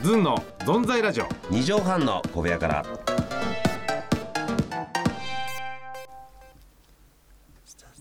ズンのゾンザイラジオ 2畳半の小部屋から。スタ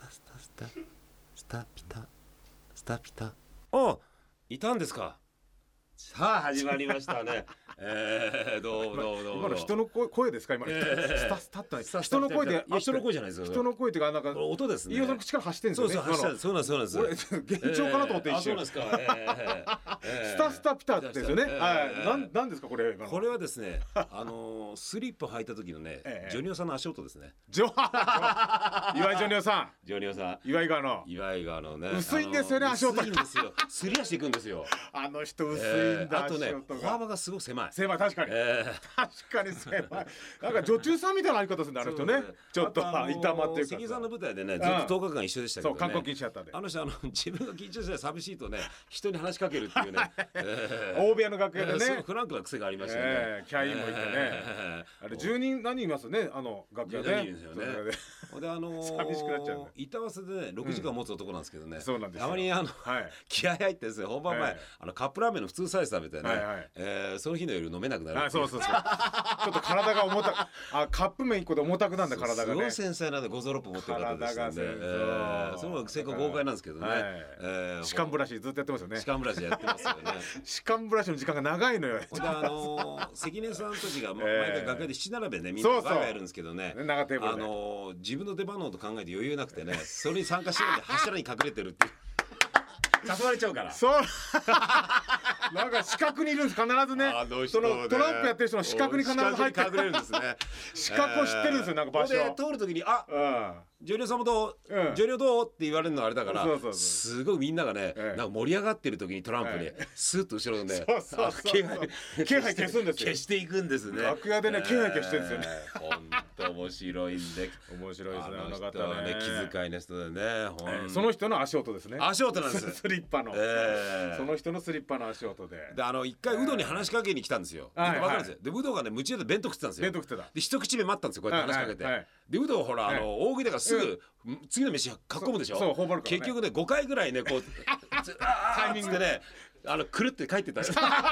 ピタスタピタ。あ、いたんですか。さあ始まりましたね。どうも。 今の人の声ですか今の、スタスタって人の声で、 人の声じゃないですよ。 人の声ってかなんか音ですね。 飯尾さん口から発してるんですよね。 そうなんです。 俺幻聴かなと思って一瞬。 そうなんですか。 スタスタピタですよね。はい。なんですかこれ。 これはですね、スリップ履いた時のね、ジョニオさんの足音ですね。 岩井ジョニオさん。 ジョニオさん。 岩井川のね。薄いんですよね足音。 薄いんですよ。すり足いくんですよ。 あの人薄いんだ。 あとね、歩幅がすごく狭い。 確かに。確かに狭い。なんか女中さんみたいな歩き方するんだあの人ね。ちょっと板間っていうか。 関さんの舞台でね、ずっと10日間一緒でしたけどね。 そう、観光禁止だったんで。 あの人自分が緊張して寂しいとね、人に話しかけるっていうね。 大部屋の楽屋でね。 フランクな癖がありましたよね。 キャインもいてね。あれ10人何人いますね、あの楽屋で。 10人ですよね。で寂しくなっちゃう。 板わせでね6時間持つ男なんですけどね。 そうなんですよ。 たまに気合入ってですね、本番前カップラーメンの普通サイズ食べてね、その日の夜飲めなくなる。 そう。ちょっと体が重たく、カップ麺1個で重たくなるんだ体がね。 すごい繊細なんで5ゾロップ持ってる方でしたんで、その成功豪快なんですけどね。 歯間ブラシずっとやってますよね。 歯間ブラシやってますよね。 歯間ブラシの時間が長いのよ。 関根さんたちが毎回楽屋で七並べね、みんなワイワイやるんですけどね、自分の出番のこと考えて余裕なくてね、それに参加してるんで柱に隠れてるっていう誘われちゃうから。そうなんか四角にいるんです必ずね。そのトランプやってる人の四角に必ず入って隠れるんですね。 四角を知ってるんですよ。なんか場所で通る時にジョニオさんもどう、ジョニオどうって言われるのあれだから、すごいみんながね、なんか盛り上がってる時にトランプにスーッと後ろで気配消すんですよ。消していくんですね。 楽屋でね気配消してるんですよね。 本当面白いんで。 面白いですね。あの人はね気遣いの人でね。 その人の足音ですね。 足音なんです。 スリッパの。その人のスリッパの足音で。 で一回ウドに話しかけに来たんですよ。わかるんですよ。でウドがね夢中で弁当食ってたんですよ。 弁当食ってた。 で一口目待ったんですよ。こうやって話しかけて。でウドはほら大食いだからすぐ次の飯囲むでしょ。 そう頬張るからね。 結局ね5回ぐらいねこうタイミングでねくるって帰ってた。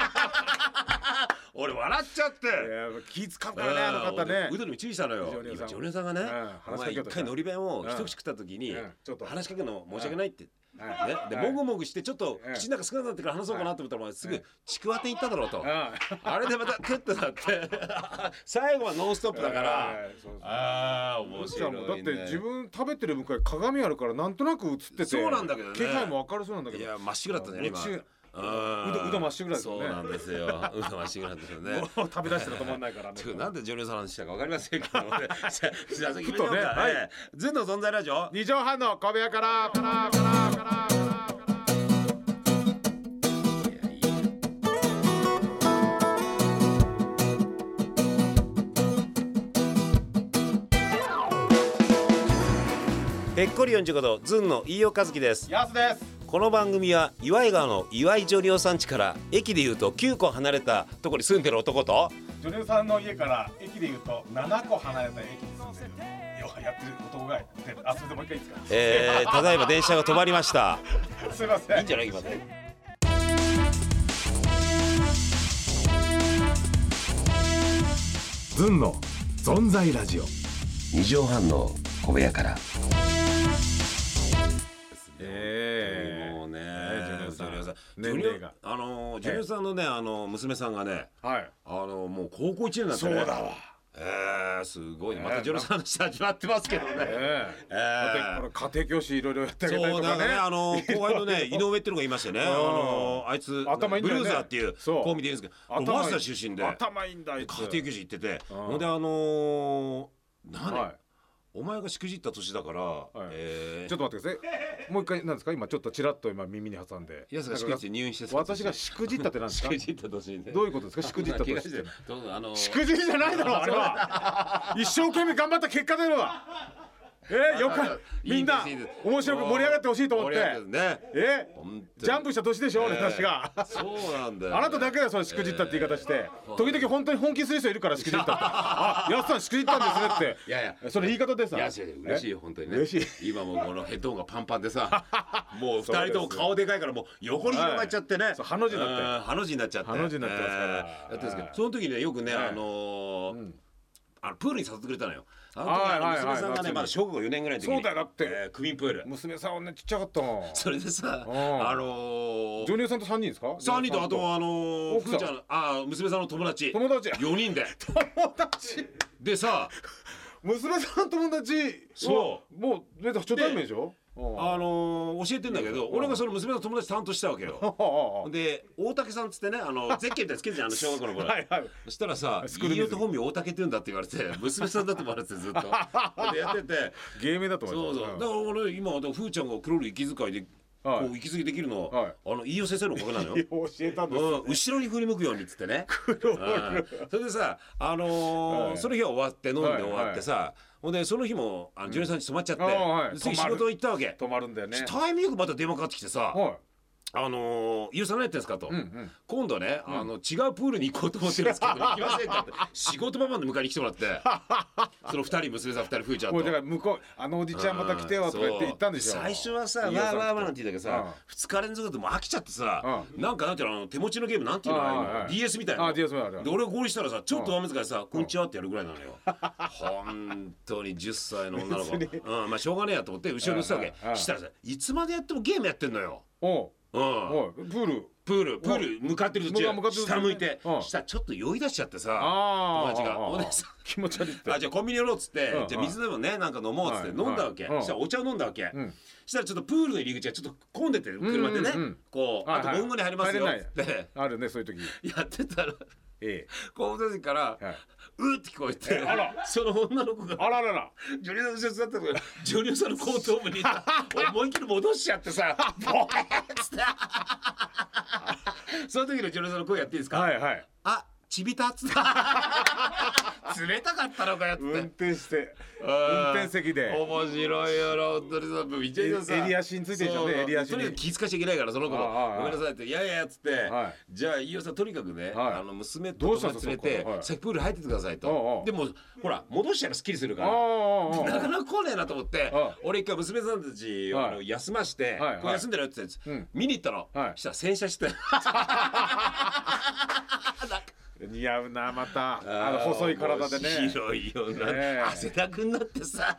俺笑っちゃって。 気使うからねあの方ね。 ウドにも注意したのよ。今ジョニオさんがね、お前一回のり弁を一口食った時に話しかけるの申し訳ないって。でもぐもぐしてちょっと口の中少なくなってから話そうかなと思ったらお前すぐちくわ亭行っただろうと。あれでまたクッとなって最後はノンストップだから。面白いね。 だって自分食べてる向かい鏡あるからなんとなく映ってて。 そうなんだけどね。 気配も明るそうなんだけど。 いやまっしぐらだったね今。 うどまっしぐらですよね。 そうなんですよ。うどまっしぐらですよね。 食べ出したら止まんないからね。 なんでジョニオさんの話したかわかりませんけどね。 ふとね。 ズンの存在ラジオ 2畳半の小部屋から。 ぺっこり45度ズンの飯尾和樹です。 やすです。 この番組は岩井川の岩井ジョニオさん家から駅でいうと9個離れたところに住んでる男と、 ジョニオさんの家から駅でいうと7個離れた駅に住んでるやってる男がいて、それでもう一回いいですか。 ただいま電車が止まりました。 すいません。 いいんじゃない今ね。 ズンの存在ラジオ 2畳半の小部屋から。ジョニオさんのね娘さんがね、もう高校1年になってね。 そうだわ。 すごい。またジョニオさんの話始まってますけどね。 家庭教師いろいろやってあげたりとかね。 後輩のね井上っていうのがいましてね、あいつブルーザーっていうコンビでいいんですけど、早稲田出身で頭いいんだ。 家庭教師行ってて、ほんでお前がしくじった年だから、ちょっと待ってください。もう一回なんですか。今ちょっっとちらっと今耳に挟んで。 やつがしくじって入院して。 私がしくじったってなんですか。 しくじった年で。 どういうことですか。しくじった年って。しくじりじゃないだろあれは。一生懸命頑張った結果だろ。 よくみんな面白く盛り上がってほしいと思ってジャンプした年でしょ俺たちが。 そうなんだよ。 あなただけがそれしくじったって言い方して時々本当に本気する人いるからしくじったってあやすさんしくじったんですねって。 いやいやそれ言い方でさ。 いや嬉しいよ本当にね。 嬉しい。 今もこのヘッドホンがパンパンでさもう2人とも顔でかいからもう横に広がっちゃってね。 ハの字になってハの字になっちゃってハの字になってますからやってるんですけどその時ねよくねプールに誘ってくれたのよ。あの時娘さんがねまだ小学校4年ぐらいの時にそうだよだって区民プール娘さんはねちっちゃかったの。 それでさジョニオさんと3人ですか ？3人とあとふーちゃん娘さんの友達4人で友達でさ娘さん友達そうもう初対面でしょ。 教えてんだけど俺がその娘の友達担当したわけよ。で大竹さんっつってねゼッケンってつけてじゃん小学校の頃。そしたらさ飯尾と本名大竹って言うんだって言われて娘さんだって思われてずっとでやってて芸名だと思います。そうそうだから俺今ふーちゃんがクロール息遣いでこう息づきできるの飯尾先生のおかげなのよ。 教えたんです後ろに振り向くようにっつってね。それでさその日は終わって飲んで終わってさほんでその日もジュニアさんに泊まっちゃって次仕事行ったわけ。 泊まるんだよね。 タイミングよくまた電話かかってきてさ飯尾さん何やってんですかと今度ね違うプールに行こうと思ってるんですけど行きませんかって仕事場まで迎えに来てもらってその2人娘さん2人ふーちゃんとだから向こうおじちゃんまた来てよとか言って言ったんでしょ。 最初はさわーわーわーなんて言ったけどさ2日連続でも飽きちゃってさなんていうの手持ちのゲームなんていうの DS みたいなで俺が合流したらさちょっとお水かいさこんにちはってやるぐらいなのよ。本当に10歳の女の子まあしょうがねえやと思って後ろに乗せたわけしたらさいつまでやってもゲームやってんのよ。プール向かってる途中下向いて下ちょっと酔い出しちゃってさ友達が気持ち悪いってじゃあコンビニ寄ろうっつってじゃあ水でもねなんか飲もうっつって飲んだわけ。そしたらお茶を飲んだわけ。そしたらちょっとプールの入り口がちょっと混んでて車でねこうあと5分後に入りますよってあるねそういう時やってたらこう時からうって聞こえてその女の子がジョニオさん後ろ座ったからジョニオさんの後頭部に思いっきり戻しちゃってさボーッつってその時のジョニオさんの声やっていいですか？あちびたっつって冷たかったのかやって運転席で面白いよな本当にさ見てるさ襟足についてるじゃんね襟足にとにかく気遣いしちゃいけないからその子もごめんなさいっていやいやっつってじゃあ飯尾さんとにかくね娘と友達連れて先プール入っててくださいとでもほら戻したらすっきりするからなかなか来ねえなと思って俺一回娘さんたちを休ましてこれ休んでるよって言って見に行ったのしたら洗車して似合うなまた細い体でね広いよな汗だくになってさ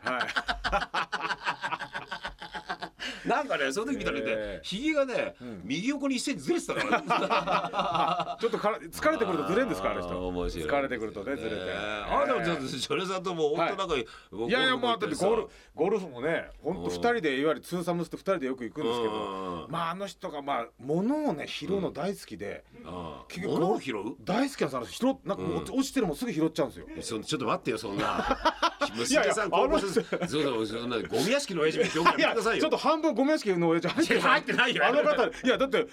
なんかねその時見たらねひげがね右横に1センチずれてたからちょっと疲れてくるとずれんですかあの人疲れてくるとねずれてあなたもちょっとジョニオさんともう本当仲いいいやいやもうだってゴルフもね本当2人でいわゆるツーサムスって2人でよく行くんですけどまああの人がまあ物をね拾うの大好きで結局物を拾う大好きなんですよなんか落ちてるもんすぐ拾っちゃうんですよ。 ちょっと待ってよそんな娘さん高校生そんなゴミ屋敷の親父みたいな表現やめてくださいよ。 ちょっと半分ゴミ屋敷の親父入ってないよあの方いやだって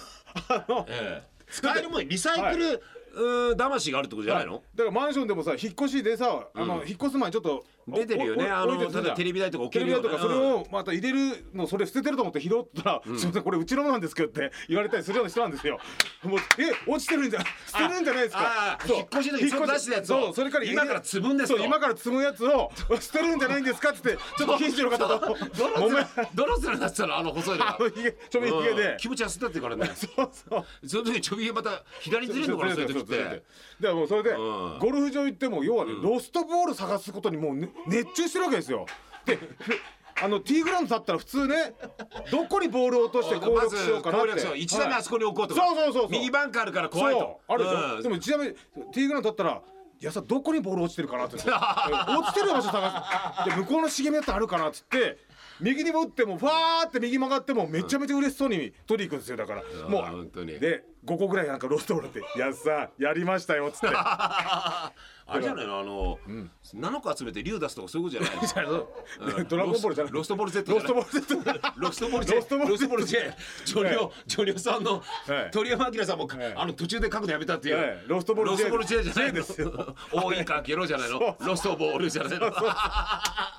使えるもんリサイクル魂があるってことじゃないの？ だからマンションでもさ引っ越しでさ引っ越す前にちょっと出てるよね例えばテレビ台とか置けるよとかそれをまた入れるのそれ捨ててると思って拾ったら「すみませんこれうちのなんですけど」って言われたりするような人なんですよ。もう落ちてるんじゃ捨てるんじゃないですか。 引っ越しの時に出したやつをそれから今から積むんですと今から積むやつを捨てるんじゃないんですかってちょっと近所の方とどの面になってたの細いのがちょびひげで気持ち痩せたってからねその時ちょびひげまた左にずれるのかなそういう時ってでもそれでゴルフ場行っても要はねロストボール探すことにもう熱中してるわけですよ。でティーグラウンドだったら普通ねどこにボールを落として攻略しようかなって 1打目あそこに置こうとか右バンカーあるから怖いとあるでしょ。でも1打目ティーグラウンドだったらいやさどこにボール落ちてるかなって落ちてる場所探すで向こうの茂みだってあるかなっつって右に打ってもファーって右曲がってもめちゃめちゃ嬉しそうに取りに行くんですよ。だからもうで5個ぐらいなんかロストボールって「やっさやりましたよ」っつってあれじゃないの7個集めて竜出すとかそういうことじゃないドラゴンボールじゃないロストボール Z ロストボール J ジョニオさんの鳥山明さんも途中で書くのやめたっていうロストボール J じゃないですよ。多いかゲロじゃないのロストボールじゃないの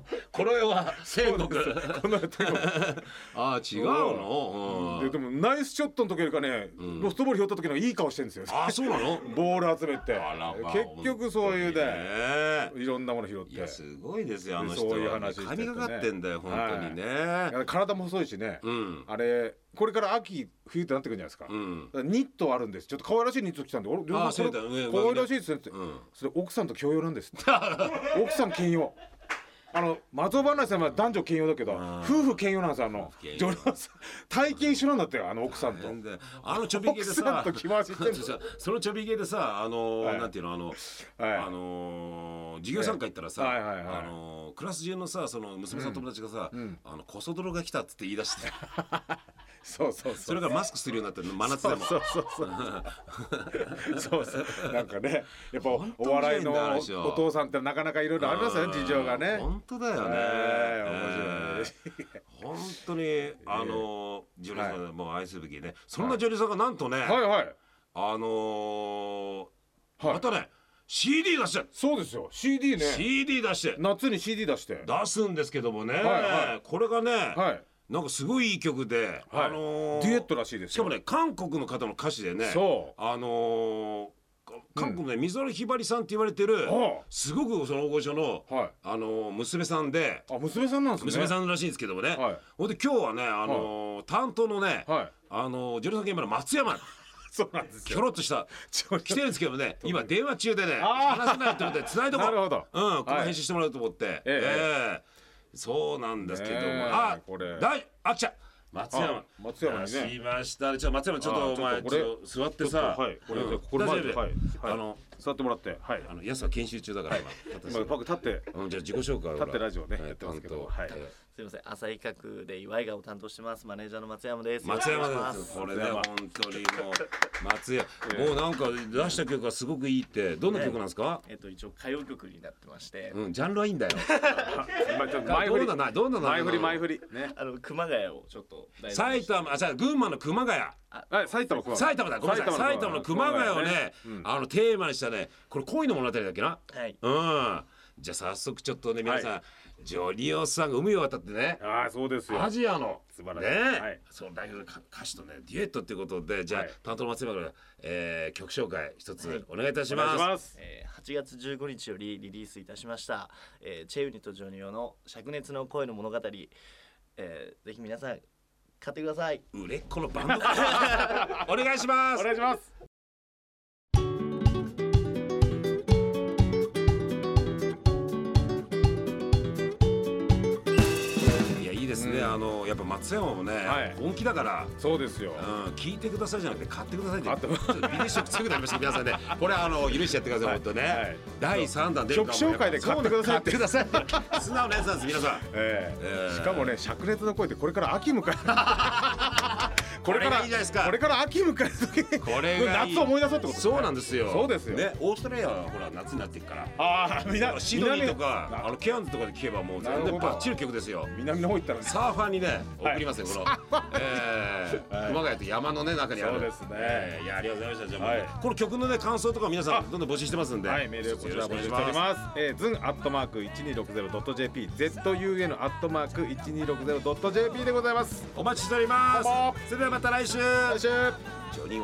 この世は天国。 この世は天国。 あ違うの。 でもナイスショットの時よりかね、ロストボール拾った時のいい顔してるんですよ。 あそうなの。 ボール集めて結局そういうね、いろんなもの拾って。 いやすごいですよあの人は。そういう話しててね。神がかってんだよ本当にね。 体も細いしね。あれこれから秋冬ってなってくるじゃないですか。ニットあるんです。ちょっと可愛らしいニット着たんで、俺可愛らしいですねって。それ奥さんと共用なんです。奥さん兼用。松尾花さんは男女兼用だけど夫婦兼用なんですよ。体型一緒なんだってよ奥さんと。 ちょびげでさそのちょびげでさなんていうの授業参加行ったらさクラス中のさその娘さんの友達がさコソ泥が来たっつって言い出して。 そうそれがマスクするようになってる真夏でも。 そうなんかねやっぱお笑いのお父さんってなかなかいろいろありますよね事情がね。 本当だよね。面白い。本当に女優さんも愛すべきね。そんな女優さんがなんとねまたね CD 出して。 そうですよ CD ね。 CD 出して夏に CD 出すんですけどもね、これがねなんかすごいいい曲で、 デュエットらしいですよ。 しかもね韓国の方の歌詞でね、韓国の水原ひばりさんって言われてるすごくその大御所の娘さんで、 娘さんなんですね。 娘さんらしいんですけどもね。ほんで今日はね担当のね女優さん現場の松山そうなんですよ。 ひょろっとした来てるんですけどね、今電話中でね話せないってことで繋いどこう。 なるほど。 この編集してもらうと思って。そうなんですけども、あ来ちゃ松山にねしました。じゃあ松山ちょっとお前座ってさ、 これ座ってもらって、 やすは研修中だから今パク立って、 じゃあ自己紹介を立ってラジオねやってますけど、 すみません、浅井企画で祝い顔を担当してますマネージャーの松山です。 松山です。これね本当にもう松山もうなんか出した曲がすごくいいって。どんな曲なんですか？ 一応歌謡曲になってまして、 ジャンルはいいんだよ。どんな前振りね。 熊谷をちょっと埼玉じゃあ群馬の熊谷。 埼玉だ。ごめんなさい。埼玉の熊谷をねテーマにしたね、これ恋の物語だっけな。じゃあ早速ちょっとね皆さんジョニオさんが海を渡ってね、 そうですよ、 アジアの素晴らしいねその代表の歌手とねデュエットっていうことで、じゃあ担当の松山から曲紹介一つお願いいたします。 8月15日よりリリースいたしましたチェユニとジョニオの灼熱の恋の物語、ぜひ皆さん買ってください。 売れっ子のバンドお願いします。 お願いします。 ですね、やっぱ松山もね、本気だから。 そうですよ。 聞いてくださいじゃなくて買ってくださいって。ビリショック強くなりました皆さんね。これ許してやってください本当ね。第3弾出るかも。 曲紹介で買ってくださいって。 素直なやつなんです皆さん。 しかもね灼熱の声ってこれから秋迎える。これからいいじゃないですか。これから秋迎える時にこれが夏を思い出そうってこと。 そうなんですよ。 そうですよね。オーストラリアはほら夏になっていくから。シドニーとかケアンズとかで聴けばもう全然バッチリ曲ですよ。 南の方行ったらサーファーにね送りますよこの熊谷と山のね中にある。 そうですね。 いやありがとうございました。じゃあこの曲のね感想とか皆さんどんどん募集してますんで。 メールこちら募集しております。zun@1260.jp zun@1260.jp でございます。 お待ちしております。それではまた来週。ジョニオ。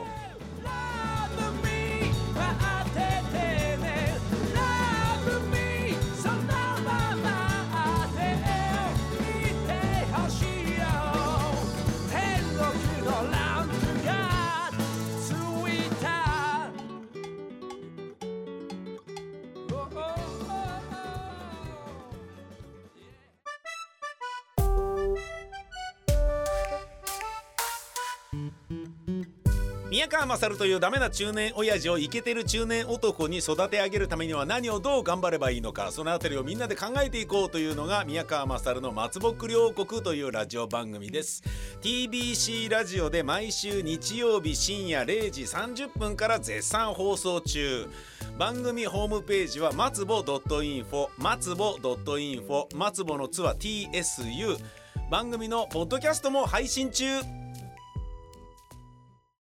宮川勝というダメな中年親父をイケてる中年男に育て上げるためには何をどう頑張ればいいのか、そのあたりをみんなで考えていこうというのが宮川勝の松ぼっくり王国というラジオ番組です。 TBC ラジオで毎週日曜日深夜0時30分から絶賛放送中。番組ホームページは松ぼ.info 松ぼ.info 松ぼのつは TSU。 番組のポッドキャストも配信中。